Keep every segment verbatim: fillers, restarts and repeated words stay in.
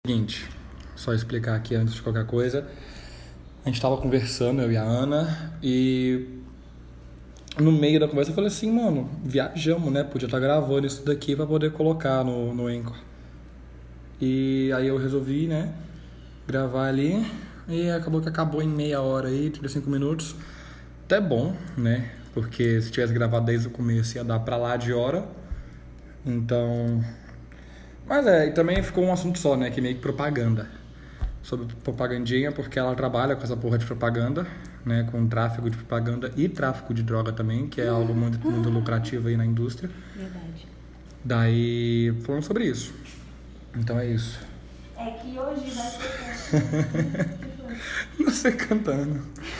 Seguinte, só explicar aqui antes de qualquer coisa. A gente tava conversando, eu e a Ana, e no meio da conversa eu falei assim, mano, viajamos, né? Podia estar gravando isso daqui pra poder colocar no, no Anchor. E aí eu resolvi, né, gravar ali, e acabou que acabou em meia hora aí, trinta e cinco minutos. Até bom, né? Porque se tivesse gravado desde o começo ia dar pra lá de hora. Então... Mas é, e também ficou um assunto só, né? Que meio que propaganda. Sobre propagandinha, porque ela trabalha com essa porra de propaganda, né? Com tráfego de propaganda e tráfico de droga também, que é algo muito, muito lucrativo aí na indústria. Verdade. Daí, falando sobre isso. Então é isso. É que hoje vai ser... Não sei cantando.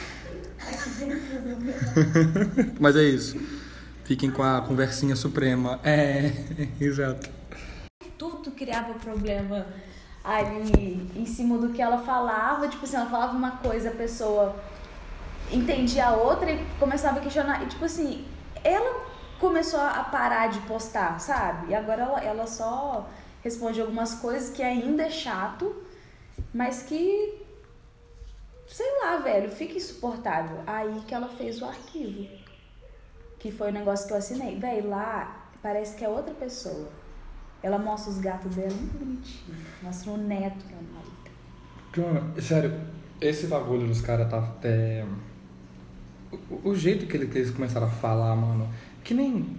Mas é isso. Fiquem com a conversinha suprema. É, exato. Tudo criava problema ali em cima do que ela falava. Tipo assim, ela falava uma coisa, a pessoa entendia a outra e começava a questionar. E tipo assim, ela começou a parar de postar, sabe? E agora ela, ela só responde algumas coisas que ainda é chato, mas que, sei lá, velho, fica insuportável. Aí que ela fez o arquivo, que foi o negócio que eu assinei. Velho, lá parece que é outra pessoa. Ela mostra os gatos dela muito bonitinho. Mostra o neto da Marita. Mano, sério, esse bagulho dos caras tá... É... O, o jeito que, ele, que eles começaram a falar, mano, que nem...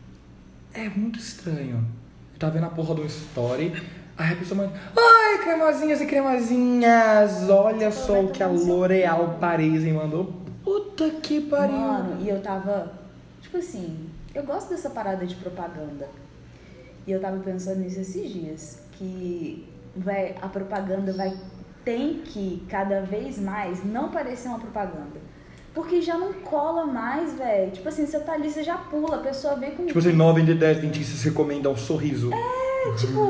É muito estranho. Tá vendo a porra do story, aí a pessoa manda... Ai, cremosinhas e cremosinhas, olha só o que a L'Oréal Paris mandou. Puta que pariu. Mano, e eu tava... Tipo assim, eu gosto dessa parada de propaganda. E eu tava pensando nisso esses dias, que vai, a propaganda vai tem que, cada vez mais, não parecer uma propaganda. Porque já não cola mais, velho. Tipo assim, você tá ali, você já pula, a pessoa vê com... Tipo assim, nove de dez dentistas recomendam um sorriso. É, tipo...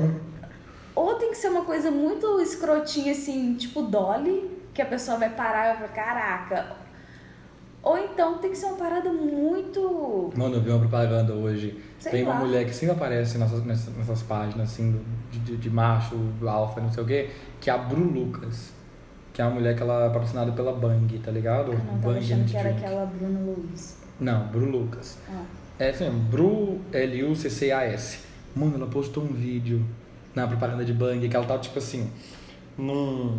Ou tem que ser uma coisa muito escrotinha, assim, tipo Dolly, que a pessoa vai parar e vai falar, caraca... Ou então tem que ser uma parada muito... Mano, eu vi uma propaganda hoje. Sei tem uma lá. mulher que sempre aparece nessas, nessas, nessas páginas, assim, de, de, de macho, alfa, não sei o quê, que é a Bru Lucas. Que é uma mulher que ela é patrocinada pela Bang, tá ligado? Ah, não, tava Bang achando que era Drink. aquela Bruna Luiz. Não, Bru Lucas. Ah. É assim, Bru L U C C A S. Mano, ela postou um vídeo na propaganda de Bang que ela tava, tipo assim, num...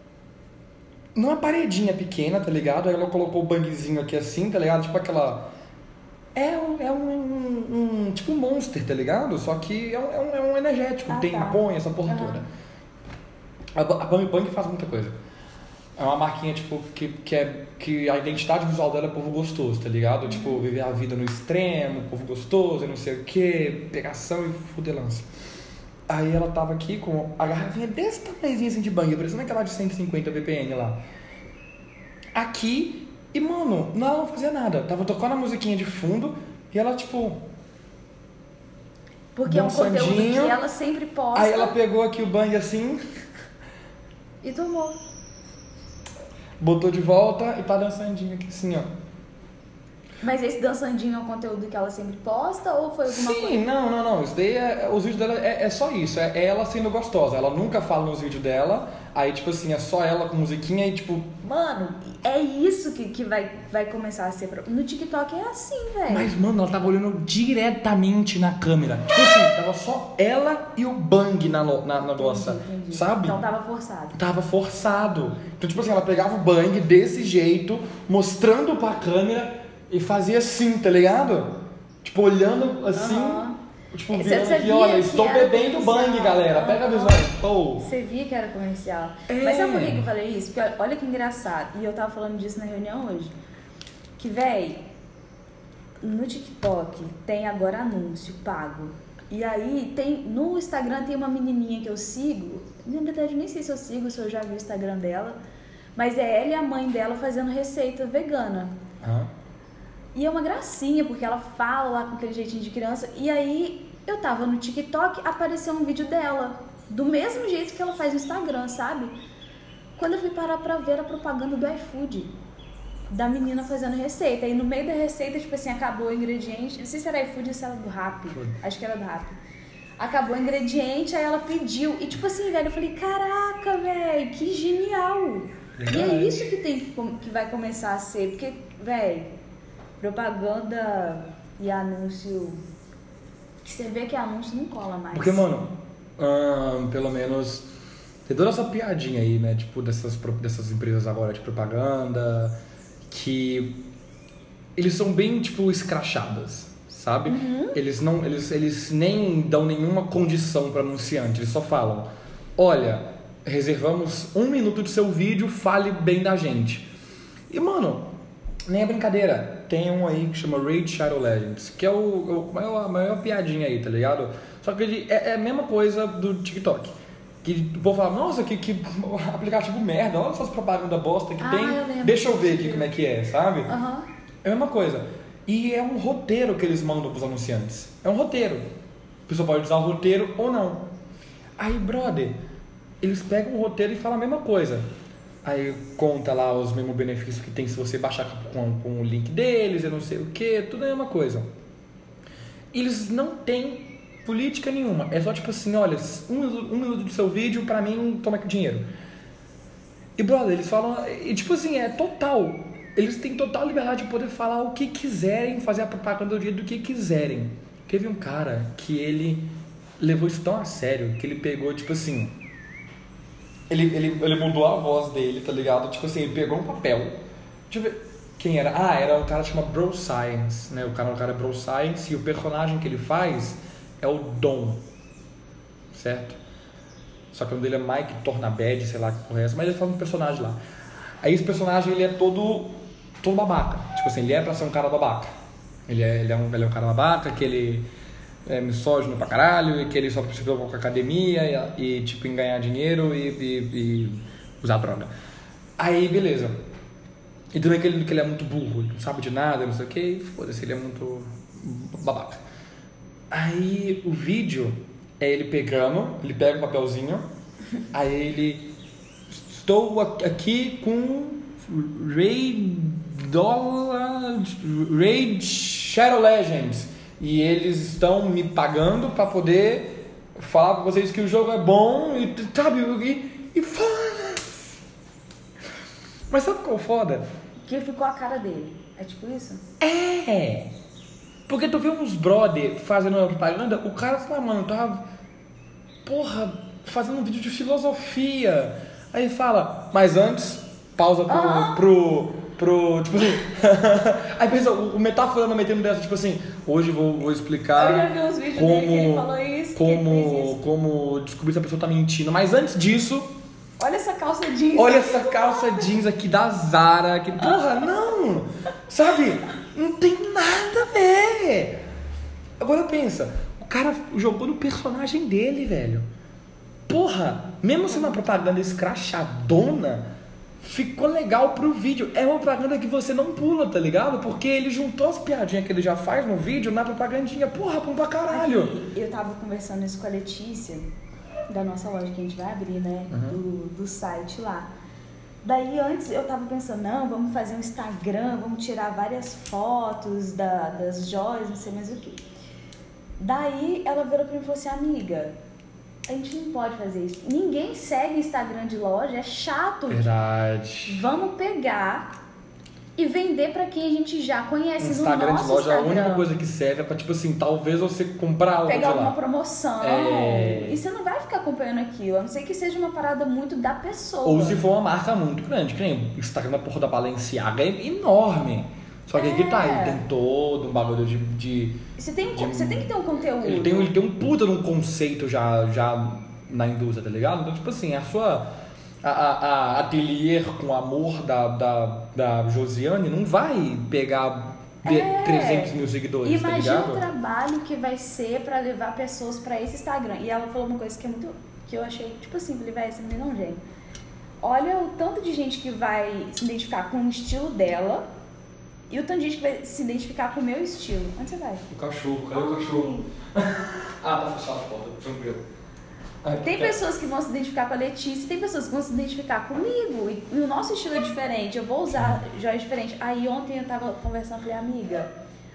numa paredinha pequena, tá ligado? Aí ela colocou o bangzinho aqui assim, tá ligado? Tipo aquela... É um, é um, um, um tipo um Monster, tá ligado? Só que é um, é um, é um energético, Ah, tem tá. maconha, essa porra Uhum. toda. A, a Bang Bang faz muita coisa. É uma marquinha, tipo, que, que, é, que a identidade visual dela é povo gostoso, tá ligado? Uhum. Tipo, viver a vida no extremo, povo gostoso, não sei o que, pegação e fudelança. Aí ela tava aqui com a garrafinha desse tamanhozinho assim de Bang, parecendo aquela de cento e cinquenta B P M lá. Aqui, e mano, não, ela não fazia nada. Tava tocando a musiquinha de fundo e ela, tipo... Porque é um conteúdo dançandinho. que ela sempre posta. Aí ela pegou aqui o Bang assim... E tomou. Botou de volta e tá dançandinho aqui assim, ó. Mas esse dançandinho é um conteúdo que ela sempre posta ou foi alguma Sim, coisa? não, não, não. Isso daí é, os vídeos dela é, é só isso. É, é ela sendo gostosa. Ela nunca fala nos vídeos dela. Aí, tipo assim, é só ela com musiquinha e, tipo... Mano, é isso que, que vai, vai começar a ser... Pro... No TikTok é assim, velho. Mas, mano, ela tava olhando diretamente na câmera. Tipo assim, tava só ela e o Bang na, lo- na, na nossa, Entendi, entendi. sabe? Então tava forçado. Tava forçado. Então, tipo assim, ela pegava o Bang desse jeito, mostrando pra câmera e fazia assim, tá ligado? Tipo, olhando assim, Uhum. tipo, Você- virando você aqui, via olha, que estou era bebendo comercial. Bang, galera. Pega a Uhum. visão. Pô. Você via que era comercial. É. Mas sabe por que que eu falei isso? Porque olha que engraçado. E eu tava falando disso na reunião hoje. Que, véi, no TikTok tem agora anúncio pago. E aí, tem no Instagram tem uma menininha que eu sigo. Na verdade, eu nem sei se eu sigo, se eu já vi o Instagram dela. Mas é ela e a mãe dela fazendo receita vegana. Aham. E é uma gracinha, porque ela fala lá com aquele jeitinho de criança. E aí, eu tava no TikTok, apareceu um vídeo dela. Do mesmo jeito que ela faz no Instagram, sabe? Quando eu fui parar pra ver a propaganda do iFood. Da menina fazendo receita. E no meio da receita, tipo assim, acabou o ingrediente. Não sei se era iFood ou se era do Rappi. Acho que era do Rappi. acabou o ingrediente, aí ela pediu. E tipo assim, velho, eu falei, caraca, velho, que genial. Verdade. E é isso que, tem que, que vai começar a ser. Porque, velho, propaganda e anúncio... Que você vê que anúncio não cola mais. Porque, mano, hum, pelo menos... Tem toda essa piadinha aí, né? Tipo, dessas, dessas empresas agora de propaganda, que eles são bem, tipo, escrachadas, sabe? Uhum. Eles não, eles, eles nem dão nenhuma condição para anunciante, eles só falam, olha, reservamos um minuto de seu vídeo, fale bem da gente. E, mano, nem é brincadeira, tem um aí que chama Raid Shadow Legends, que é o, o maior, a maior piadinha aí, tá ligado? Só que ele é, é a mesma coisa do TikTok. Que o povo fala, nossa, que, que aplicativo merda, olha essas propagandas bosta que ah, tem, eu deixa eu ver aqui como é que é, sabe? Uhum. É a mesma coisa. E é um roteiro que eles mandam pros anunciantes. É um roteiro. A pessoa pode usar o roteiro ou não. Aí, brother, eles pegam o roteiro e falam a mesma coisa. Aí conta lá os mesmos benefícios que tem se você baixar com, com o link deles, eu não sei o que, tudo é a mesma coisa. Eles não têm política nenhuma, é só tipo assim, olha, um, um minuto do seu vídeo, pra mim, toma aqui o dinheiro. E, brother, eles falam, e tipo assim, é total, eles têm total liberdade de poder falar o que quiserem, fazer a propaganda do dia do que quiserem. Teve um cara que ele levou isso tão a sério, que ele pegou, tipo assim, ele, ele, ele mudou a voz dele, tá ligado? Tipo assim, ele pegou um papel, deixa eu ver, quem era? Ah, era um cara que chama Bro Science, né? O cara, o cara é Bro Science, e o personagem que ele faz é o Dom, certo? Só que o nome dele é Mike Tornabed, sei lá que porra é essa, mas ele faz um personagem lá. Aí esse personagem, ele é todo, todo babaca. Tipo assim, ele é pra ser um cara babaca. Ele é, ele é, um, ele é um cara babaca, que ele é misógino pra caralho, e que ele só se preocupa com a academia, e, e tipo, em ganhar dinheiro e, e, e usar droga. Aí, beleza. E também que ele, que ele é muito burro, ele não sabe de nada, não sei o que, e foda-se, ele é muito babaca. Aí o vídeo é ele pegando, ele pega um papelzinho, aí ele, estou aqui com Raid Raid Shadow Legends, e eles estão me pagando pra poder falar pra vocês que o jogo é bom, e sabe, e, e foda. Mas sabe qual é o foda? Que ficou a cara dele, é tipo isso? É! Porque tu vê uns brother fazendo uma propaganda, o cara fala, mano, tava, porra, fazendo um vídeo de filosofia. Aí fala, mas antes, pausa pro, ah. pro, pro, tipo assim, aí pensa, o, o metáfora metendo dessa, tipo assim, hoje vou, vou explicar eu já vi uns vídeos como, dele que ele falou isso, como, isso. como descobrir se a pessoa tá mentindo. Mas antes disso, olha essa calça jeans. olha essa calça jeans aqui da Zara, que porra, não, sabe? Não tem nada a ver. Agora pensa, o cara jogou no personagem dele, velho. Porra, mesmo sendo uma propaganda escrachadona, ficou legal pro vídeo. É uma propaganda que você não pula, tá ligado? Porque ele juntou as piadinhas que ele já faz no vídeo na propagandinha. Porra, bom pra caralho. Aqui, eu tava conversando isso com a Letícia, da nossa loja que a gente vai abrir, né? Uhum. Do, do site lá. Daí antes eu tava pensando, não, vamos fazer um Instagram, vamos tirar várias fotos da, das joias, não sei mais o que. Daí ela virou pra mim e falou assim, amiga, a gente não pode fazer isso. Ninguém segue Instagram de loja, é chato. Verdade. Vamos pegar e vender pra quem a gente já conhece Instagram no nosso de loja, Instagram. a única coisa que serve é pra, tipo assim, talvez você comprar algo de pegar alguma lá. promoção. É... E você não vai ficar acompanhando aquilo, a não ser que seja uma parada muito da pessoa. Ou se for uma marca muito grande, que nem o Instagram da porra da Balenciaga é enorme. Só que é... aqui tá, ele tem todo um bagulho de... de você, tem, de, você tem que ter um conteúdo. Ele tem, ele tem um puta de um conceito já, já na indústria, tá ligado? Então, tipo assim, a sua... A, a, a ateliê com amor da, da, da Josiane não vai pegar de é, trezentos mil seguidores, imagina tá ligado? o trabalho que vai ser pra levar pessoas pra esse Instagram. E ela falou uma coisa que é muito... Que eu achei, tipo assim, falei, vai, essa menina não, gente. Olha o tanto de gente que vai se identificar com o estilo dela e o tanto de gente que vai se identificar com o meu estilo. Onde você vai? O cachorro, cadê o cachorro? Ah, tá fechado a porta, tranquilo. Ai, Tem tá. pessoas que vão se identificar com a Letícia, tem pessoas que vão se identificar comigo. E, e o nosso estilo é diferente, eu vou usar joias diferentes. Aí ontem eu tava conversando, falei, amiga,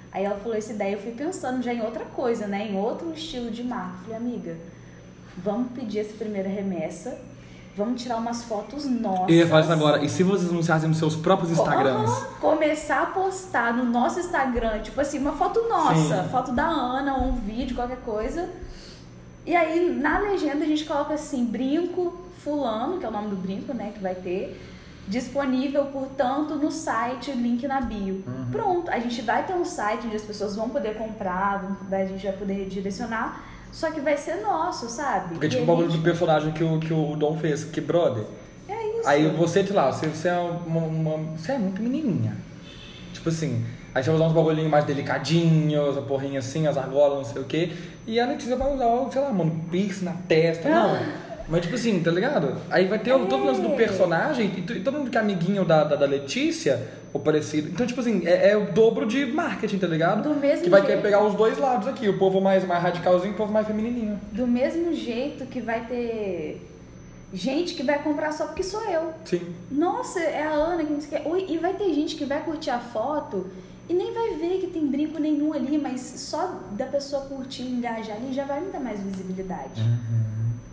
Aí ela falou essa ideia, eu fui pensando já em outra coisa, né? Em outro estilo de marca. Falei, amiga, vamos pedir essa primeira remessa, vamos tirar umas fotos nossas. Eu ia falar isso agora. E se vocês anunciassem nos seus próprios Instagrams? Uhum. Começar a postar no nosso Instagram, tipo assim, uma foto nossa, Sim. foto da Ana, ou um vídeo, qualquer coisa. E aí, na legenda, a gente coloca assim, brinco fulano, que é o nome do brinco, né, que vai ter, disponível, portanto, no site, link na bio. Uhum. Pronto, a gente vai ter um site onde as pessoas vão poder comprar, vão, a gente vai poder redirecionar, só que vai ser nosso, sabe? Porque tipo o bagulho gente... do personagem que o, que o Dom fez, que brother. É isso. Aí você, sei lá, você, você, é uma, uma, você é muito menininha. Tipo assim, aí você vai usar uns bagulhinhos mais delicadinhos, a porrinha assim, as argolas, não sei o quê. E a Letícia vai usar, sei lá, mano, piercing na testa, ah. não. Mas tipo assim, tá ligado? Aí vai ter é. todo o lance do personagem e, e todo mundo que é amiguinho da, da, da Letícia, ou parecido. Então, tipo assim, é, é o dobro de marketing, tá ligado? Do mesmo que vai jeito. querer pegar os dois lados aqui, o povo mais, mais radicalzinho e o povo mais feminininho. Do mesmo jeito que vai ter gente que vai comprar só porque sou eu. Sim. Nossa, é a Ana que não sei o que. E vai ter gente que vai curtir a foto e nem vai ver que tem brinco nenhum ali, mas só da pessoa curtir e engajar ali já vai me dar mais visibilidade. Uhum.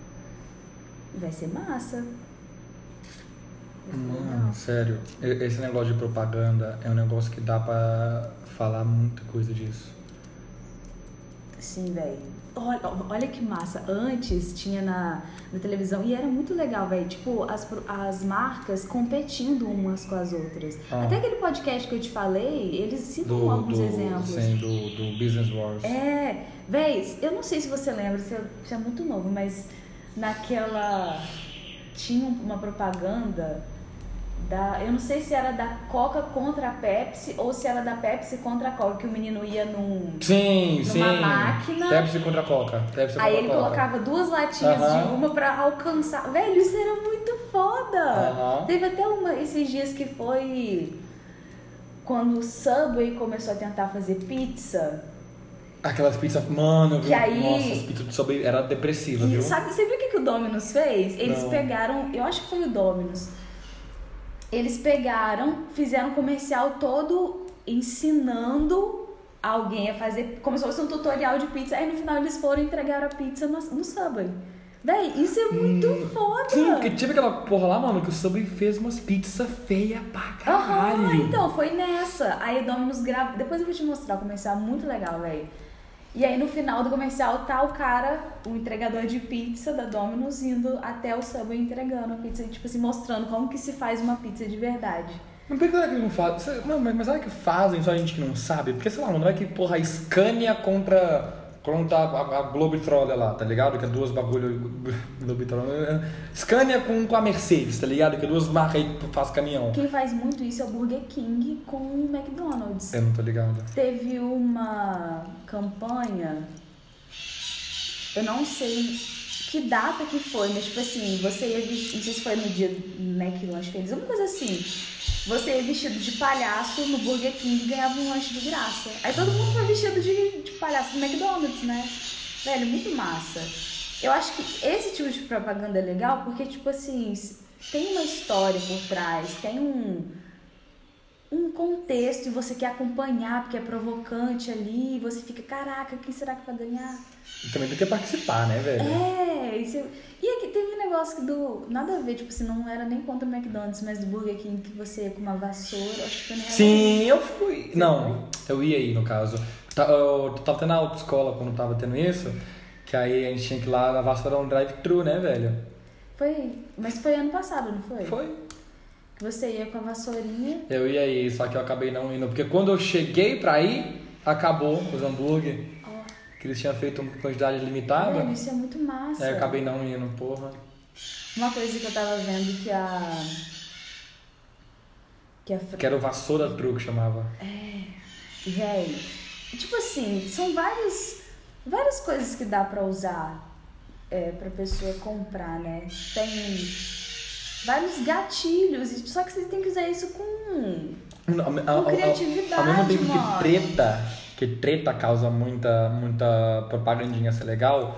Vai ser massa. Vai ser Mano, legal. sério, esse negócio de propaganda é um negócio que dá pra falar muita coisa disso. Sim, velho. Olha, olha que massa. Antes tinha na, na televisão e era muito legal, velho. Tipo, as, as marcas competindo umas com as outras. Ah. Até aquele podcast que eu te falei, eles citam do, alguns do, exemplos. Sim, do, do Business Wars. É, velho, eu não sei se você lembra, você é muito novo, mas naquela... Tinha uma propaganda da... Eu não sei se era da Coca contra a Pepsi ou se era da Pepsi contra a Coca, que o menino ia num, sim, numa sim. máquina. Pepsi contra a Coca. Pepsi aí contra ele Coca. colocava duas latinhas uh-huh. de uma pra alcançar. Velho, isso era muito foda. Uh-huh. Teve até uma, esses dias que foi quando o Subway começou a tentar fazer pizza. Aquelas pizzas, mano, que aí... nossa, as pizzas do Subway era depressiva, viu? Sabe, você viu o que, que o Domino's fez? Eles Não. pegaram, eu acho que foi o Domino's, eles pegaram, fizeram um comercial todo ensinando alguém a fazer, como se fosse um tutorial de pizza, aí no final eles foram e entregaram a pizza no, no Subway. Véi, isso é muito hum, foda. Sim, porque tive aquela porra lá, mano, que o Subway fez umas pizzas feias pra caralho. Ah, então, foi nessa. Aí o Domino's grava, depois eu vou te mostrar o comercial, muito legal, velho. E aí no final do comercial tá o cara, o entregador de pizza da Domino's, indo até o Subway entregando a pizza, tipo assim, mostrando como que se faz uma pizza de verdade. Mas por que será que eles não fazem? Não, mas, mas será que fazem só a gente que não sabe? Porque, sei lá, não é que, porra, a Scania contra, contra a, a Globetrotter lá, tá ligado? Que é duas bagulho... Globetrotter... Scania com, com a Mercedes, tá ligado? Que é duas marcas aí que faz caminhão. Quem faz muito isso é o Burger King com o McDonald's. Eu não tô ligado. Teve uma campanha, eu não sei que data que foi, mas tipo assim, você ia vestido, não sei se foi no dia do Mac Lunch Feliz, alguma coisa assim. Você ia vestido de palhaço no Burger King e ganhava um lanche de graça. Aí todo mundo foi vestido de, de palhaço no McDonald's, né? Velho, muito massa. Eu acho que esse tipo de propaganda é legal porque, tipo assim, tem uma história por trás, tem um, um contexto e você quer acompanhar porque é provocante ali, e você fica, caraca, quem será que vai ganhar? E também tem que participar, né, velho? É, isso... E aqui teve um negócio que do... Nada a ver, tipo assim, não era nem contra o McDonald's, mas do Burger King, que você ia com uma vassoura, acho que eu nem era. Sim, eu fui. Você não, foi? Eu ia aí, no caso. Eu tava tendo na autoescola quando tava tendo isso, que aí a gente tinha que ir lá na vassoura um drive-thru, né, velho? Foi, mas foi ano passado, não foi? Foi. Que você ia com a vassourinha. Eu ia aí, só que eu acabei não indo, porque quando eu cheguei pra ir, acabou os hambúrguer. Que eles tinham feito uma quantidade limitada. Velho, isso é muito massa. É, eu acabei não indo, porra. Uma coisa que eu tava vendo que a... Que, a... que era o vassoura truque, chamava. É, velho. Tipo assim, são vários, várias coisas que dá pra usar é, pra pessoa comprar, né? Tem vários gatilhos, só que você tem que usar isso com, não, com a, a, criatividade, ao mesmo tempo mano. que treta, que treta causa muita, muita propagandinha ser legal,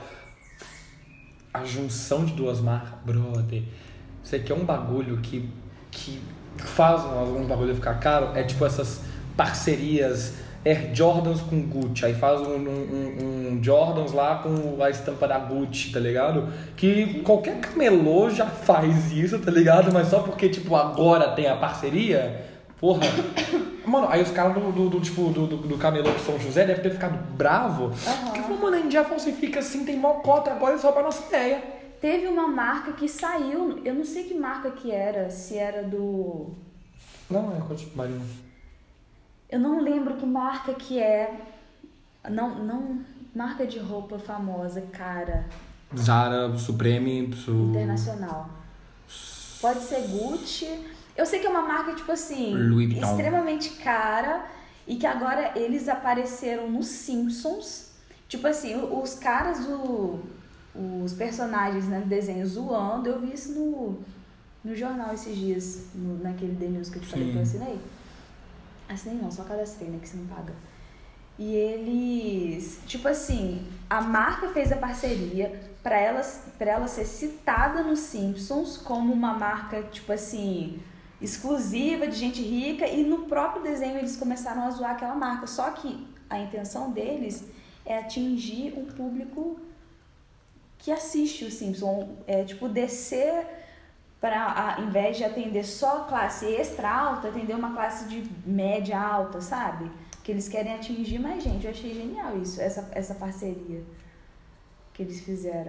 a junção de duas marcas, brother, isso aqui é um bagulho que, que faz alguns bagulho ficar caro, é tipo essas parcerias Air Jordans com Gucci, aí faz um, um, um, um Jordans lá com a estampa da Gucci, tá ligado? Que qualquer camelô já faz isso, tá ligado? Mas só porque, tipo, agora tem a parceria, porra. Mano, aí os caras do, do, do, tipo, do, do, do camelô de São José devem ter ficado bravo. Uhum. Porque falou, mano, a gente já falsifica assim, tem mó cota, agora é só pra nossa ideia. Teve uma marca que saiu, eu não sei que marca que era, se era do... Não, é coisa de Marina. Eu não lembro que marca que é. Não, não. Marca de roupa famosa, cara. Zara, Supreme, su... Internacional. Pode ser Gucci. Eu sei que é uma marca, tipo assim, Louis Vuitton. Extremamente cara. E que agora eles apareceram nos Simpsons. Tipo assim, os caras do... Os personagens, né, do desenho zoando. Eu vi isso no, no jornal esses dias. No, naquele The News que eu te falei que eu assinei. Assinei não, só cadastrei, né, que você não paga. E eles, tipo assim, a marca fez a parceria pra ela, pra ela ser citada nos Simpsons como uma marca, tipo assim, exclusiva de gente rica. E no próprio desenho eles começaram a zoar aquela marca. Só que a intenção deles é atingir um público que assiste o Simpsons. É tipo, descer... para, ao invés de atender só classe extra alta, atender uma classe de média alta, sabe? Que eles querem atingir mais gente. Eu achei genial isso, essa, essa parceria que eles fizeram.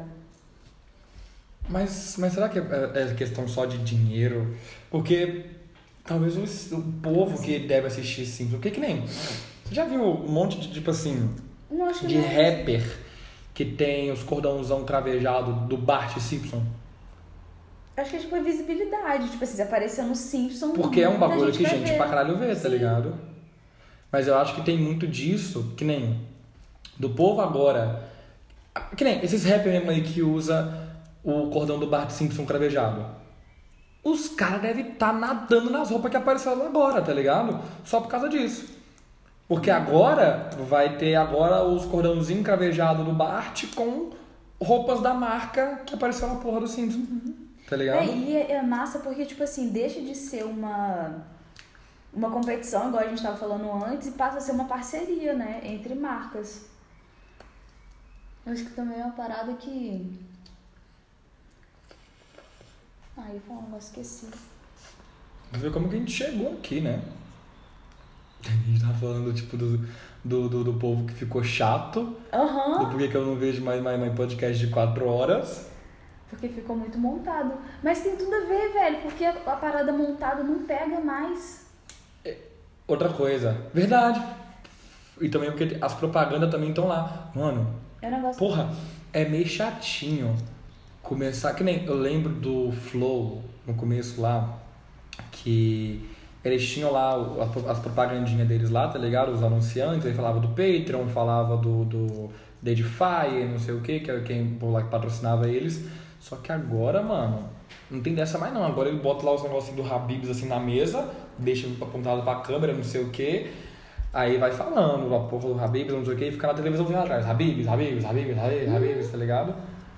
Mas, mas será que é, é questão só de dinheiro? Porque talvez o, o povo que deve assistir Simpsons, o que que nem... Você já viu um monte de, tipo assim, não, acho que de não. rapper que tem os cordãozão cravejado do Bart Simpson? Acho que é tipo a visibilidade, tipo assim, se aparecer no Simpsons... Porque é um bagulho gente que gente ver. pra caralho vê, tá Sim. ligado? Mas eu acho que tem muito disso, que nem do povo agora... Que nem esses rappers mesmo aí que usa o cordão do Bart Simpson cravejado. Os caras devem estar tá nadando nas roupas que apareceram agora, tá ligado? Só por causa disso. Porque agora vai ter agora os cordãozinhos cravejados do Bart com roupas da marca que apareceu na porra do Simpson. Uhum. Tá ligado? É, e é massa porque, tipo assim, deixa de ser uma, uma competição, igual a gente tava falando antes, e passa a ser uma parceria, né, entre marcas. Eu acho que também é uma parada que... Ah, eu ia falar um negócio, esqueci. Você vê como que a gente chegou aqui, né? A gente tá falando, tipo, do, do, do, do povo que ficou chato. Aham. Uhum. Do porquê que eu não vejo mais, mais, mais podcast de quatro horas. Porque ficou muito montado. Mas tem tudo a ver, velho, porque a, a parada montada não pega mais. É, outra coisa, verdade. E também porque as propagandas também estão lá. Mano, é um negócio... porra, é meio chatinho começar... Que nem eu lembro do Flow, no começo lá, que eles tinham lá as, as propagandinhas deles lá, tá ligado? Os anunciantes, aí falava do Patreon, falava do, do Edify, não sei o que, que era quem por lá que patrocinava eles. Só que agora, mano, não tem dessa mais não. Agora ele bota lá os negocinhos do Habib's assim na mesa, deixa apontado pra câmera, não sei o que. Aí vai falando a porra do Habib's, não sei o que, e fica na televisão atrás. Habib's, Habib's, Habib's, Habib's, Habib's, tá ligado?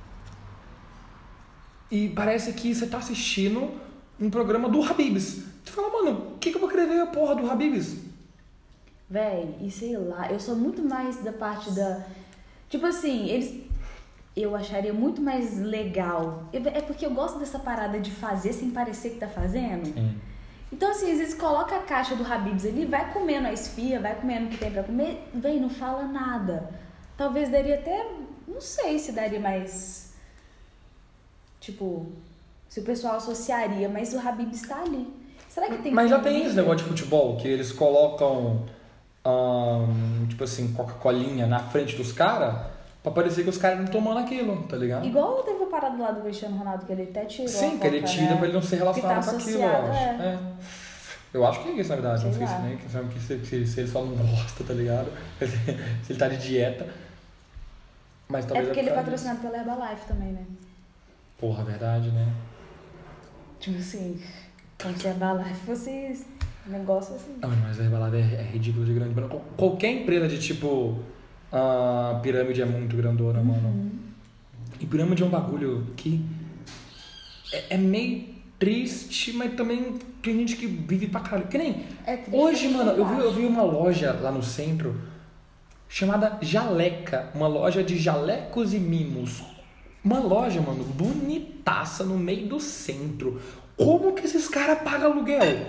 E parece que você tá assistindo um programa do Habib's. Você fala, mano, o que, que eu vou querer ver a porra do Habib's? Véi, e sei lá, eu sou muito mais da parte da... Tipo assim, eles... Eu acharia muito mais legal. É porque eu gosto dessa parada de fazer sem parecer que tá fazendo. Sim. Então, assim, às vezes coloca a caixa do Habib's ali, vai comendo a esfirra, vai comendo o que tem pra comer, vem, não fala nada. Talvez daria até... Não sei se daria mais... Tipo... Se o pessoal associaria, mas o Habib's tá ali. Será que tem... Mas já tem esse negócio de futebol, que eles colocam... Um, tipo assim, Coca-Colinha na frente dos caras... Pra parecer que os caras não tomando aquilo, tá ligado? Igual teve a parada lá do Cristiano Ronaldo, que ele até tirou. Sim, a que ele Coca, tira né? pra ele não ser relacionado tá com aquilo, eu acho. é. É. Eu acho que é isso, na verdade. Sei não sei lá. se, nem, que, sabe, que se, se, se ele só não gosta, tá ligado? Se ele tá de dieta. Mas É talvez porque ele é por causa patrocinado pela Herbalife também, né? disso. Porra, verdade, né? Tipo assim, como se a Herbalife fosse um negócio assim. Não, mas a Herbalife é, é ridículo de grande. Qual- Qualquer empresa de tipo... A pirâmide é muito grandona, Uhum. mano. E pirâmide é um bagulho que... É, é meio triste, mas também tem gente que vive pra caralho. Que nem... É triste, Hoje, é mano, eu vi, verdade. eu vi uma loja lá no centro chamada Jaleca. Uma loja de jalecos e mimos. Uma loja, mano, bonitaça no meio do centro. Como que esses caras pagam aluguel?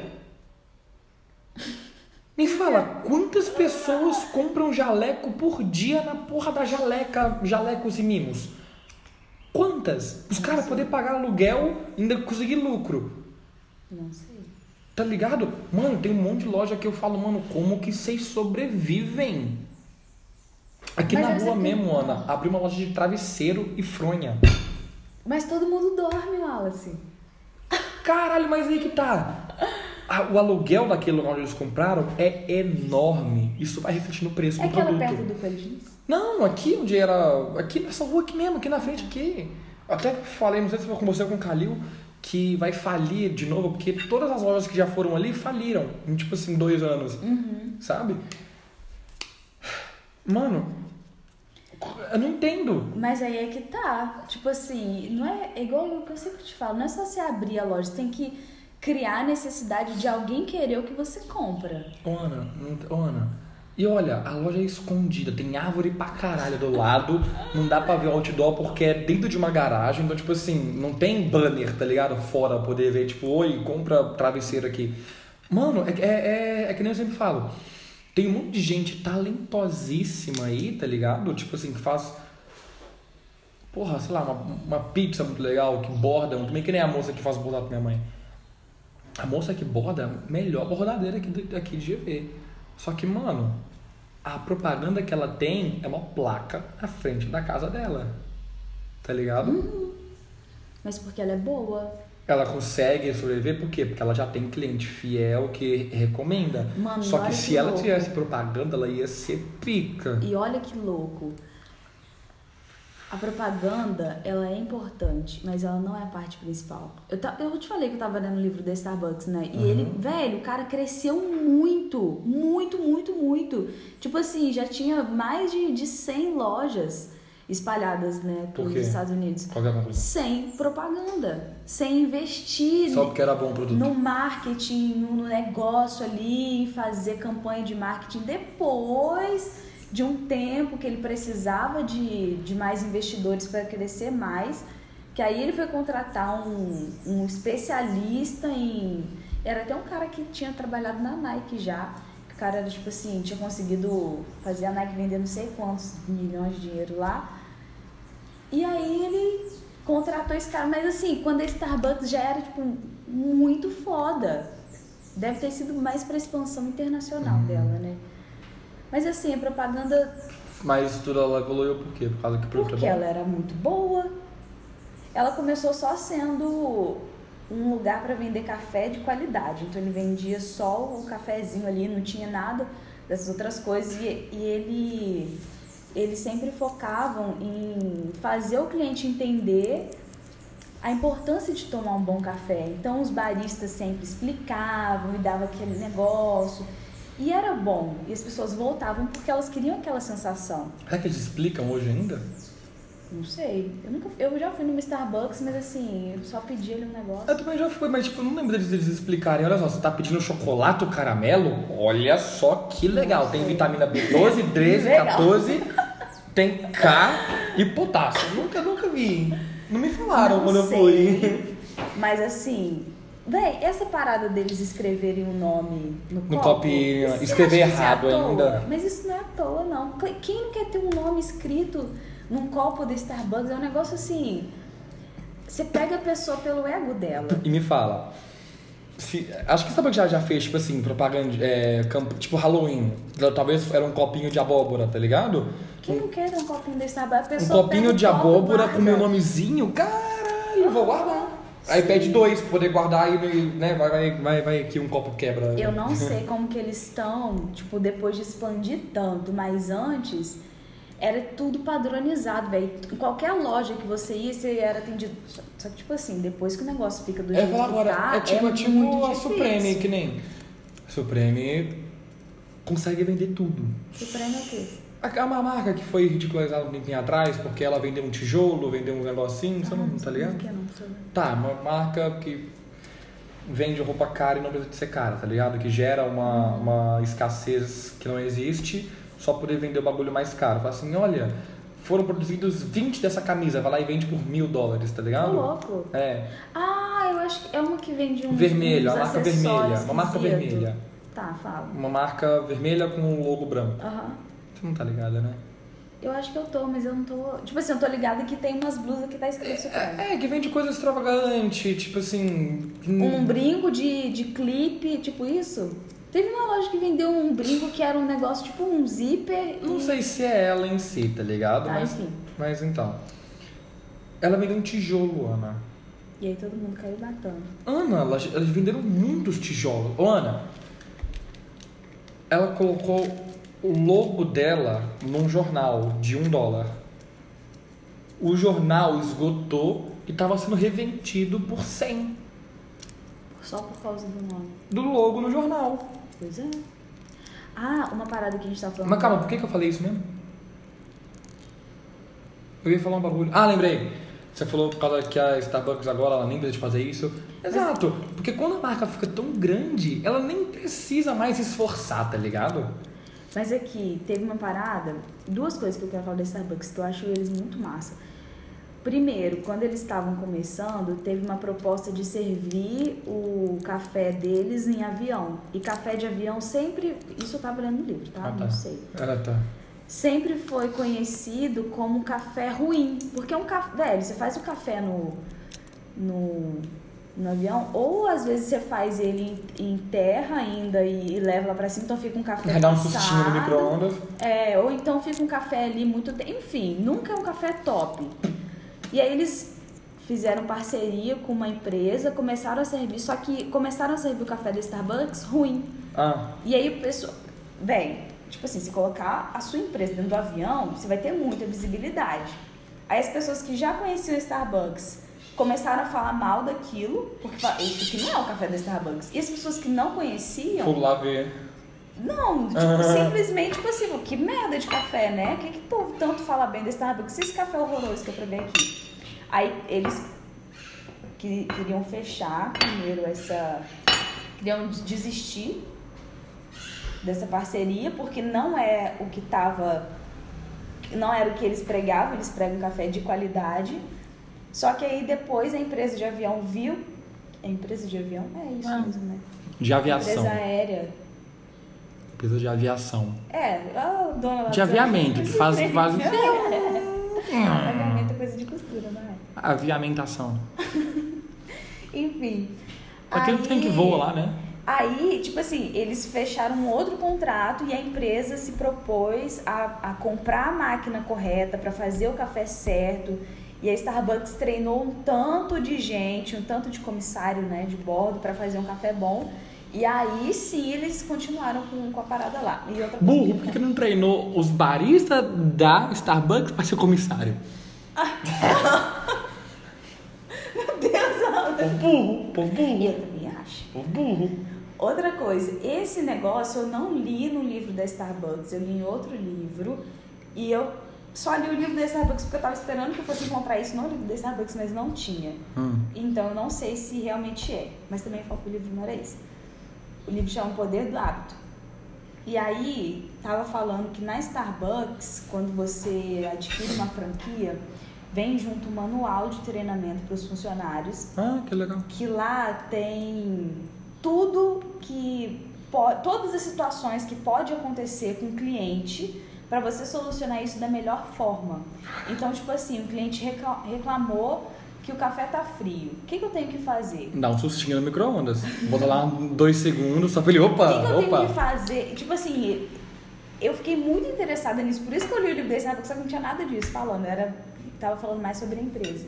Me fala, quantas pessoas compram jaleco por dia na porra da Jaleca, jalecos e mimos? Quantas? Os caras poderem pagar aluguel e ainda conseguir lucro. Não sei. Tá ligado? Mano, tem um monte de loja que eu falo, mano, como que vocês sobrevivem? Aqui Mas na essa rua aqui- mesmo, Ana, abriu uma loja de travesseiro e fronha. Mas todo mundo dorme, Wallace. Caralho, mas aí que tá. A- O aluguel daquele lugar onde eles compraram é enorme. Isso vai refletir no preço É do aquela produto. perto do Coelhinhos? Não, aqui onde era... Aqui nessa rua aqui mesmo, aqui na frente aqui. Até falei, não sei se foi com você ou com o Calil, que vai falir de novo, porque todas as lojas que já foram ali faliram. Em tipo assim, dois anos. Uhum. Sabe? Mano, eu não entendo. Mas aí é que tá. Tipo assim, não é, é igual o que eu sempre te falo, não é só você abrir a loja, você tem que criar a necessidade de alguém querer o que você compra. Ô, Ana, não- ô, Ana. E olha, a loja é escondida, tem árvore pra caralho do lado, não dá pra ver o outdoor porque é dentro de uma garagem, então, tipo assim, não tem banner, tá ligado? Fora, poder ver, tipo, oi, compra travesseiro aqui. Mano, é, é, é, é que nem eu sempre falo, tem um monte de gente talentosíssima aí, tá ligado? Tipo assim, que faz, porra, sei lá, uma, uma pizza muito legal, que borda, também que nem a moça que faz bordado pra minha mãe. A moça que borda é a melhor bordadeira aqui, do- aqui de G V. Só que, mano, a propaganda que ela tem é uma placa na frente da casa dela. Tá ligado? Mas porque ela é boa. Ela consegue sobreviver por quê? Porque ela já tem cliente fiel que recomenda. Mano, Só olha que que se ela louco. tivesse propaganda, ela ia ser pica. E olha que louco. A propaganda, ela é importante, mas ela não é a parte principal. Eu, ta- eu te falei que eu tava lendo o livro da Starbucks, né? E Uhum. ele, velho, o cara cresceu muito, muito, muito, muito. Tipo assim, já tinha mais de, de cem lojas espalhadas, né, Por pelos quê? Estados Unidos. Qual que é a conclusão? Sem propaganda, sem investir Só porque era bom o produto. no marketing, no no negócio ali, em fazer campanha de marketing depois de um tempo que ele precisava de, de mais investidores para crescer mais, que aí ele foi contratar um, um especialista em... Era até um cara que tinha trabalhado na Nike já, que o cara era tipo assim, tinha conseguido fazer a Nike vender não sei quantos milhões de dinheiro lá, e aí ele contratou esse cara, mas assim, quando a Starbucks já era tipo muito foda, deve ter sido mais para expansão internacional Hum. dela, né? Mas assim, a propaganda, Mas tudo ela evoluiu por quê? Por causa que o produto porque é bom? ela era muito boa, ela começou só sendo um lugar para vender café de qualidade, então ele vendia só o cafezinho ali, não tinha nada dessas outras coisas, e, e ele eles sempre focavam em fazer o cliente entender a importância de tomar um bom café. Então os baristas sempre explicavam e davam aquele negócio. E era bom. E as pessoas voltavam porque elas queriam aquela sensação. Será que eles explicam hoje ainda? Não sei. Eu, nunca, eu já fui no Starbucks, mas assim, eu só pedi ali um negócio. Eu também já fui, mas tipo, eu não lembro deles, deles explicarem. Olha só, você tá pedindo chocolate ou caramelo? Olha só que legal. Tem vitamina B doze, treze, Legal. quatorze, tem K e potássio. Nunca, nunca vi. Não me falaram Não quando eu sei. fui. Mas assim, véi, essa parada deles escreverem o nome no, No copo, copinho, você escrever acha que isso é à errado toa? ainda. Mas isso não é à toa, não. Quem não quer ter um nome escrito num copo da Starbucks? É um negócio assim... Você pega a pessoa pelo ego dela. E me fala. Se, acho que sabe que já, já fez, tipo assim, propaganda, é, camp- tipo Halloween. Talvez era um copinho de abóbora, tá ligado? Quem não quer ter um copinho da Starbucks? A Um pessoa copinho pega de um copo, abóbora com guarda. meu nomezinho. Caralho, vou guardar. Aí Sim. pede dois pra poder guardar e, né, vai, vai, vai, vai que um copo quebra. Eu não sei como que eles estão, tipo, depois de expandir tanto, mas antes era tudo padronizado, velho. Em qualquer loja que você ia, você era atendido. Só- Só que, tipo assim, depois que o negócio fica do É, jeito falar que agora, tá, é tipo, é é tipo muito a difícil. Supreme, que nem. A Supreme consegue vender tudo. Supreme é o quê? A- Uma marca que foi ridicularizada um tempinho atrás, porque ela vendeu um tijolo, vendeu um negocinho, você não tá ligado? Por que não? Tô- Tá, uma marca que vende roupa cara e não precisa de ser cara, tá ligado? Que gera uma, uma escassez que não existe só poder vender o bagulho mais caro. Fala assim, olha, foram produzidos vinte dessa camisa, vai lá e vende por mil dólares, tá ligado? Tô louco. É. Ah, eu acho que é uma que vende um Vermelho, a marca vermelha. Uma marca vermelha. Tá, fala. Uma marca vermelha com um logo branco. Aham. Uhum. Você não tá ligada, né? Eu acho que eu tô, mas eu não tô... Tipo assim, eu tô ligada que tem umas blusas que tá escrito Supreme. É, é, que vende coisa extravagante, tipo assim... Um brinco de, de clipe, tipo isso. Teve uma loja que vendeu um brinco que era um negócio tipo um zíper. Não e... sei se é ela em si, tá ligado? Tá, mas, enfim. mas então... Ela vendeu um tijolo, Ana. E aí todo mundo caiu matando. Ana, elas, elas venderam muitos tijolos. Ô, Ana, ela colocou o logo dela num jornal de um dólar. O jornal esgotou e estava sendo revendido por cem. Só por causa do nome. Do logo no jornal. Pois é. Ah, uma parada que a gente tava falando. Mas calma, por que, que eu falei isso mesmo? Eu ia falar um bagulho. Ah, lembrei. Você falou por causa que a Starbucks agora ela nem precisa de fazer isso. Exato. Porque quando a marca fica tão grande, ela nem precisa mais se esforçar, tá ligado? Mas aqui, teve uma parada, duas coisas que eu quero falar da Starbucks, que eu acho eles muito massa. Primeiro, quando eles estavam começando, teve uma proposta de servir o café deles em avião. E café de avião sempre... Isso eu tava lendo no livro, tá? Ah, tá. Não sei. Ah, tá. Sempre foi conhecido como café ruim. Porque é um café... Velho, você faz o café no... no no avião, ou às vezes você faz ele em, em terra ainda e, e leva lá pra cima, então fica um café Vai dar um passado, sustinho no micro-ondas. É, ou então fica um café ali muito... Enfim, nunca é um café top. E aí eles fizeram parceria com uma empresa, começaram a servir, só que começaram a servir o café da Starbucks ruim. Ah. E aí o pessoal... Bem, tipo assim, se colocar a sua empresa dentro do avião, você vai ter muita visibilidade. Aí as pessoas que já conheciam o Starbucks começaram a falar mal daquilo, porque isso aqui não é o café da Starbucks. E as pessoas que não conheciam... Fui lá ver. Não, tipo, uhum. simplesmente, tipo assim, que merda de café, né? O que que o povo tanto fala bem da Starbucks? Esse café horroroso que eu provei aqui. Aí eles que, queriam fechar primeiro essa... Queriam desistir dessa parceria, porque não é o que tava... Não era o que eles pregavam, eles pregam café de qualidade. Só que aí depois a empresa de avião viu... A empresa de avião? É isso ah. mesmo, né? De aviação. Empresa aérea. Empresa de aviação. É, a dona... De aviamento, que faz... faz... Aviamento é coisa de costura, não é? Aviamentação. Enfim. Aquele aí... trem que voa lá, né? Aí, tipo assim, eles fecharam um outro contrato e a empresa se propôs a, a comprar a máquina correta para fazer o café certo. E a Starbucks treinou um tanto de gente, um tanto de comissário, né, de bordo para fazer um café bom. E aí sim eles continuaram com, com a parada lá. E outra coisa Burro, por que não treinou os baristas da Starbucks para ser comissário? Meu Deus, Alda. Povo burro, povo burro. Eu também acho. Povo burro. Outra coisa, esse negócio eu não li no livro da Starbucks, eu li em outro livro. E eu só li o livro da Starbucks porque eu tava esperando que eu fosse encontrar isso no livro da Starbucks, mas não tinha. Hum. Então eu não sei se realmente é. Mas também falo que o livro não era esse. O livro chama O Poder do Hábito. E aí, tava falando que na Starbucks, quando você adquire uma franquia, vem junto um manual de treinamento para os funcionários. Ah, que legal. Que lá tem tudo que... Pode, todas as situações que pode acontecer com o cliente para você solucionar isso da melhor forma. Então, tipo assim, o cliente reclamou que o café tá frio. O que, que eu tenho que fazer? Dá um sustinho no micro-ondas. Bota lá dois segundos só pra ele, opa, O que, que eu opa. tenho que fazer? Tipo assim, eu fiquei muito interessada nisso, por isso que eu li o livro desse, porque só não tinha nada disso falando, era, tava falando mais sobre a empresa.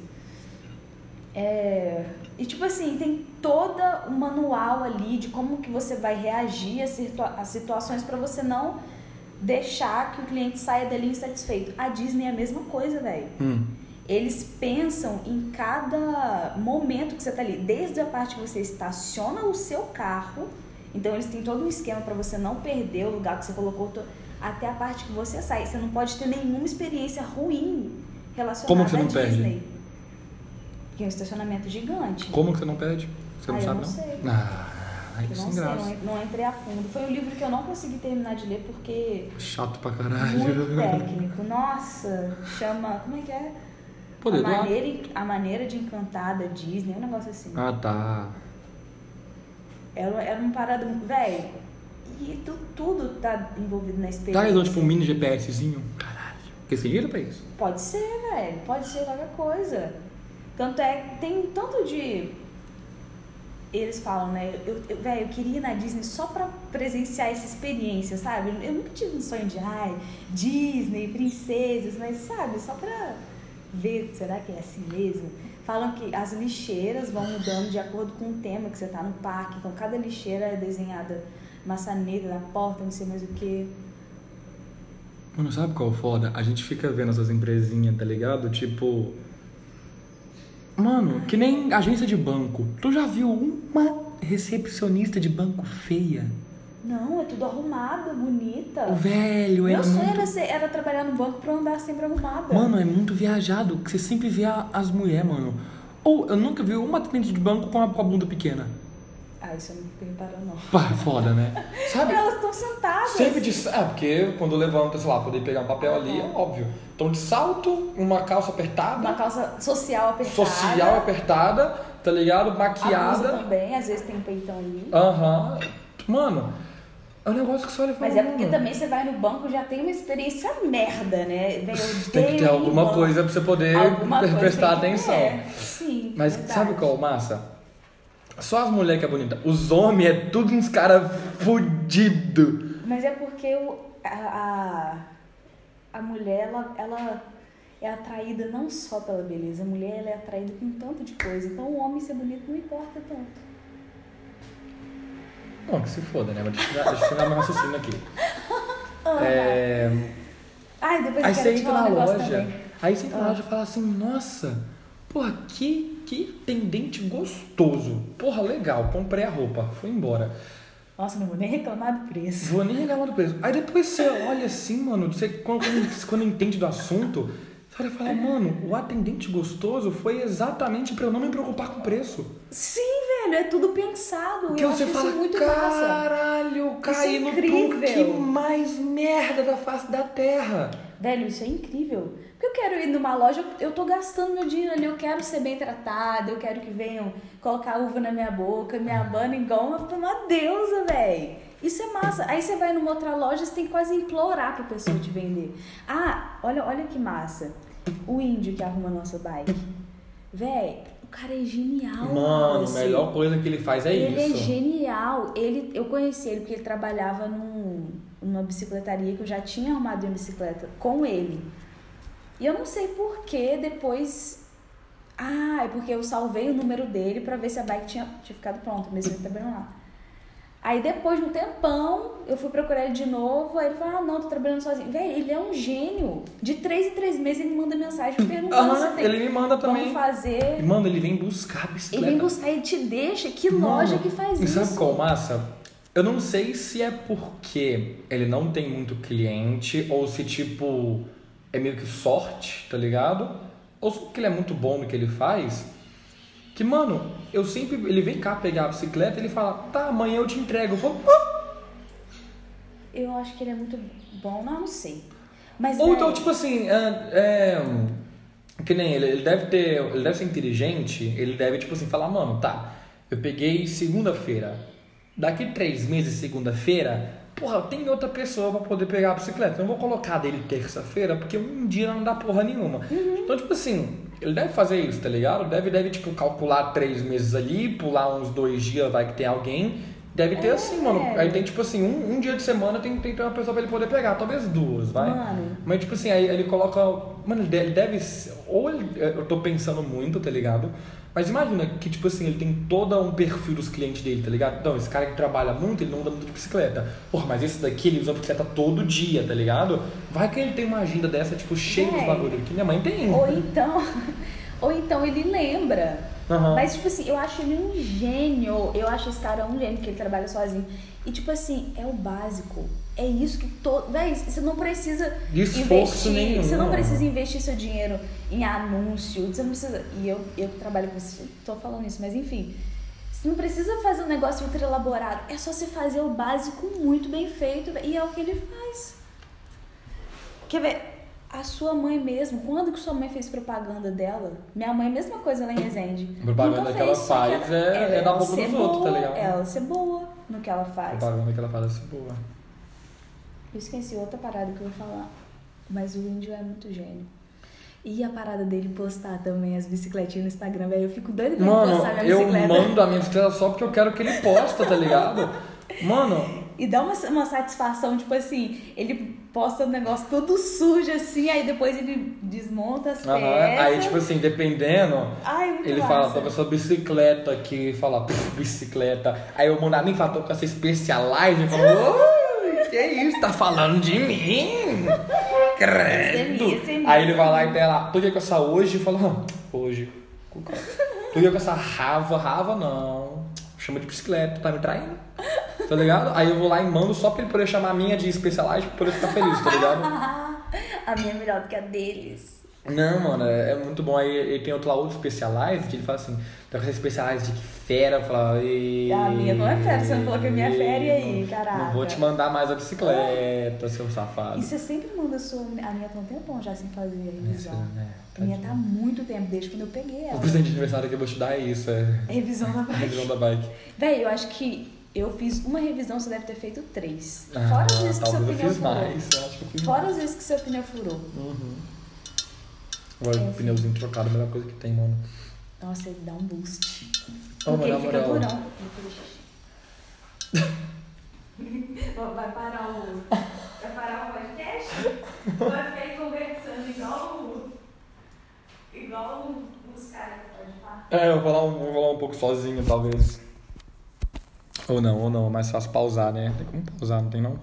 É, e tipo assim, tem todo um manual ali de como que você vai reagir às situa- às situações para você não deixar que o cliente saia dali insatisfeito. A Disney é a mesma coisa, velho. Hum. Eles pensam em cada momento que você tá ali, desde a parte que você estaciona o seu carro, então eles têm todo um esquema para você não perder o lugar que você colocou, até a parte que você sai. Você não pode ter nenhuma experiência ruim relacionada Como que você não à Disney. perde? Que é um estacionamento gigante. Como que você não perde? Você não Ah, eu sabe, não não? sei. Ah, aí Eu sem não sei, graça. não, não entrei a fundo. Foi um livro que eu não consegui terminar de ler porque Chato pra caralho. muito técnico. Nossa, chama. Como é que é? Poder a, do ar. maneira, a maneira de encantar da Disney, um negócio assim. Ah, tá. Era, era uma parada. Véi, e tu, tudo tá envolvido na Tá, experiência. eles dão tipo um mini GPSzinho. Caralho. Porque tem dinheiro pra isso? Pode ser, velho. Pode ser qualquer coisa. Tanto é que tem tanto de. Eles falam, né? Eu, eu, velho, eu queria ir na Disney só pra presenciar essa experiência, sabe? Eu nunca tive um sonho de, ai, Disney, princesas, mas, sabe? Só pra ver, será que é assim mesmo? Falam que as lixeiras vão mudando de acordo com o tema que você tá no parque. Então, cada lixeira é desenhada maçaneta na porta, não sei mais o que. Mano, sabe qual é o foda? A gente fica vendo essas empresinhas, tá ligado? Tipo... Mano, que nem agência de banco. Tu já viu uma recepcionista de banco feia? Não, é tudo arrumada, bonita. O velho, é Meu sonho muito... era, ser, era trabalhar no banco pra eu andar sempre arrumada. Mano, é muito viajado, que você sempre vê a- as mulheres, mano. Ou eu nunca vi uma atendente de banco com a, com a bunda pequena. Ah, isso eu não fiquei reparando, não. Pá, foda, né? Sabe? Elas estão sentadas. Sempre de... Ah, porque quando eu levanto, sei lá, poder pegar um papel ali, é óbvio. Então de salto, uma calça apertada. Uma calça social apertada. Social apertada, tá ligado? A blusa Maquiada. também, às vezes tem um peitão ali. Aham. Mano, é um negócio que você olha e fala, Mas é porque mano, também você vai no banco já tem uma experiência merda, né? Vem, eu tem que ter odeio alguma banco. coisa pra você poder Alguma coisa prestar tem que atenção. ter. Sim, Mas verdade. sabe qual, massa? Só as mulheres que é bonita. Os homens é tudo uns caras fudidos. Mas é porque o, a, a, a mulher, ela, ela é atraída não só pela beleza. A mulher, ela é atraída com um tanto de coisa. Então o homem ser bonito não importa tanto. Não, que se foda, né? Mas deixa eu deixa eu terminar meu raciocínio aqui. É... Ai, depois Aí eu você quero te entra falar na um negócio loja, também. aí você entra na Ah. loja e fala assim, nossa, porra, que, que atendente gostoso. Porra, legal, comprei a roupa, fui embora. Nossa, não vou nem reclamar do preço. Vou nem reclamar do preço. Aí depois você olha assim, mano, você, quando, quando, quando entende do assunto, você olha e fala, mano, o atendente gostoso foi exatamente pra eu não me preocupar com o preço. Sim, velho, é tudo pensado. Porque eu você acho fala, isso muito massa. caralho, caí no incrível. truque mais merda da face da terra. Velho, isso é incrível. Porque eu quero ir numa loja, eu, eu tô gastando meu dinheiro ali, eu quero ser bem tratada, eu quero que venham colocar uva na minha boca, me abanem igual uma, uma deusa, velho. Isso é massa. Aí você vai numa outra loja, você tem que quase implorar pra pessoa te vender. Ah, olha, olha que massa. O índio que arruma a nossa bike. Véi, o cara é genial. Mano, assim. a melhor coisa que ele faz é Ele isso. é genial. Ele, eu conheci ele porque ele trabalhava num, numa bicicletaria que eu já tinha arrumado uma bicicleta com ele. E eu não sei por que depois... Ah, é porque eu salvei o número dele pra ver se a bike tinha, tinha ficado pronta, mesmo ele trabalhando lá. Aí depois de um tempão, eu fui procurar ele de novo, aí ele falou, ah não, tô trabalhando sozinho. Véi, ele é um gênio. De três em três meses ele me manda mensagem perguntando se Aham, tem ele me manda também. como fazer... E, mano, ele vem buscar a Ele bicicleta. vem buscar e te deixa. Que Mano, loja que faz e isso? sabe qual massa? Eu não sei se é porque ele não tem muito cliente ou se, tipo, é meio que sorte, tá ligado? Ou se porque ele é muito bom no que ele faz. Que, mano, eu sempre... Ele vem cá pegar a bicicleta e ele fala, tá, amanhã eu te entrego. Eu falo, ah! Eu acho que ele é muito bom. Não, não sei. Mas, Ou véi, então, tipo assim, é, é, que nem ele, ele deve ter, ele deve ser inteligente, ele deve, tipo assim, falar, mano, tá, eu peguei segunda-feira, daqui três meses, segunda-feira, porra, tem outra pessoa pra poder pegar a bicicleta, eu não vou colocar dele terça-feira, porque um dia não dá porra nenhuma. Uhum. Então, tipo assim, ele deve fazer isso, tá ligado? Deve, deve, tipo, calcular três meses ali, pular uns dois dias, vai que tem alguém... Deve ter É, assim, mano. velho. Aí tem, tipo assim, um, um dia de semana tem, tem que ter uma pessoa pra ele poder pegar. Talvez duas, vai. Mano. Mas, tipo assim, aí ele coloca... Mano, ele deve... Ele deve ser- ou ele, eu tô pensando muito, tá ligado? Mas imagina que, tipo assim, ele tem todo um perfil dos clientes dele, tá ligado? Então, esse cara que trabalha muito, ele não anda muito de bicicleta. Porra, mas esse daqui, ele usa bicicleta todo dia, tá ligado? Vai que ele tem uma agenda dessa, tipo, cheia dos É. bagulho. Que minha mãe tem. Ou então... Ou então ele lembra. Aham. Mas, tipo assim, eu acho ele um gênio. Eu acho esse cara um gênio, porque ele trabalha sozinho. E, tipo assim, é o básico. É isso que todo... Véi, você não precisa De esforço investir... nenhum. Você não precisa investir seu dinheiro em anúncio. Você não precisa... E eu, eu que trabalho com isso, tô falando isso, mas enfim... Não precisa fazer um negócio ultra elaborado. É só você fazer o básico muito bem feito. E é o que ele faz. Quer ver? A sua mãe mesmo, quando que sua mãe fez propaganda dela? Minha mãe, mesma coisa lá em Resende. A propaganda que ela faz ela, é, é da boca dos boa, outros, tá ligado? Ela ser boa no que ela faz. A propaganda que ela faz é ser boa. Eu esqueci outra parada que eu ia falar. Mas o índio é muito gênio. E a parada dele postar também as bicicletinhas no Instagram, velho. Eu fico doida pra ele postar minha bicicleta. Mano, eu mando a minha bicicleta só porque eu quero que ele posta, tá ligado? Mano... E dá uma, uma satisfação, tipo assim, ele posta um negócio todo sujo assim, aí depois ele desmonta as Aham. peças. Aí, tipo assim, dependendo, Ai, muito ele massa. fala, tô com essa bicicleta aqui, fala, bicicleta. Aí eu mando a mim, fala, tô com essa Specialized, e fala, oi, que isso, tá falando de mim? Credo. Esse é mesmo. Aí ele vai lá e pega, tô com essa hoje, e fala, ah, hoje, tô com essa Rava, Rava não, chama de bicicleta, tá me traindo? Tá ligado? Aí eu vou lá e mando só pra ele poder chamar a minha de Specialized pra poder ficar feliz, tá ligado? A minha é melhor do que a deles. Não, mano, é, é muito bom. Aí ele tem outro lá, outro Specialized, que ele fala assim, tá com essa Specialized, que fera, fala, ei, A minha não é fera, você não falou que a minha é fera, e aí, caraca. Não vou te mandar mais a bicicleta, seu safado. E você sempre manda a sua... A minha tá um tempão já sem fazer a revisão. É, a minha tá há muito tempo, desde quando eu peguei ela. O presente de aniversário que eu vou te dar é isso, é... Revisão da bike. Revisão da bike. Véi, eu acho que eu fiz uma revisão, você deve ter feito três. Ah, Fora as vezes que seu talvez eu pneu fiz furou. mais, eu acho que eu fiz Fora mais. as vezes que seu pneu furou. Uhum. Agora, É, o pneuzinho trocado, a melhor coisa que tem, mano. Nossa, ele dá um boost. Oh, Porque ele moral, fica moral. durão. Vai parar o... Vai parar o podcast? Vai ficar aí conversando igual o... Igual os caras que pode falar. É, eu vou falar, um, vou falar um pouco sozinho, talvez. Ou não, ou não, é mais fácil pausar, né? Tem como pausar, não tem não?